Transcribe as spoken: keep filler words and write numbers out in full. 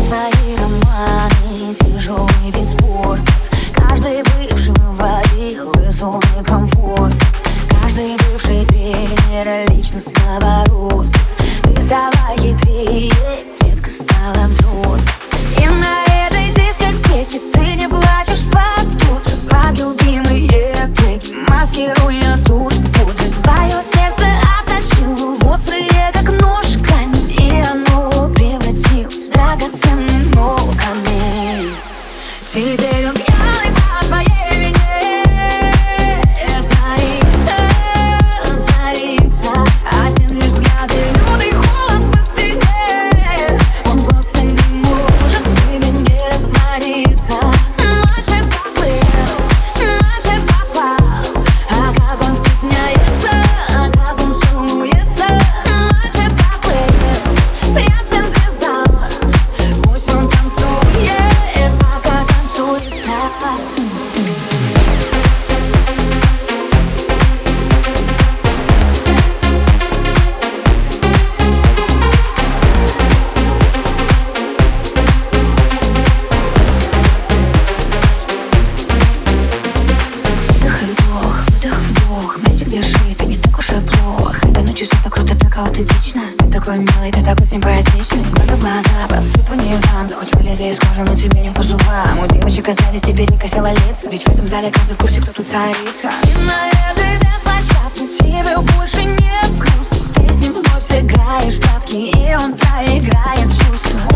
твои романы, тяжелый вид спорта. Каждый бывший выводил из зоны комфорта. Каждый бывший тренер личностного роста. Ты стала хитрее, детка стала взрослой. И на этой дискотеке ты не плачешь под утро. Под любимые треки, маскируя тут будто свое сердце обточил в острые, как нож, камень. И оно превратилось в драгоценный, но камень. Теперь он пьяный по твоей вине. Царица, царица, а земли взгляды, лютый холод по спине. Он просто не может тебе не раствориться. Мальчик поплыл, мальчик попал. А как он стесняется, а как он целуется. Мальчик поплыл, прям в центре зала. Пусть он танцует, пока танцуется. Выдох и вдох, выдох, вдох. Мальчик, дыши, ты не так уж и плох. Этой ночью все так круто, так аутентично. Ты такой милый, ты такой симпатичный. Глаза в глаза, просыпу низам. Да хоть вылези из кожи, но тебе не по зубам. У девочек отзались, тебе не косила лица. Ведь в этом зале каждый в курсе, кто тут царица. И на этой бесплощадке тебе больше не грустно. Ты с ним вновь сыграешь в прятки, и он проиграет чувства.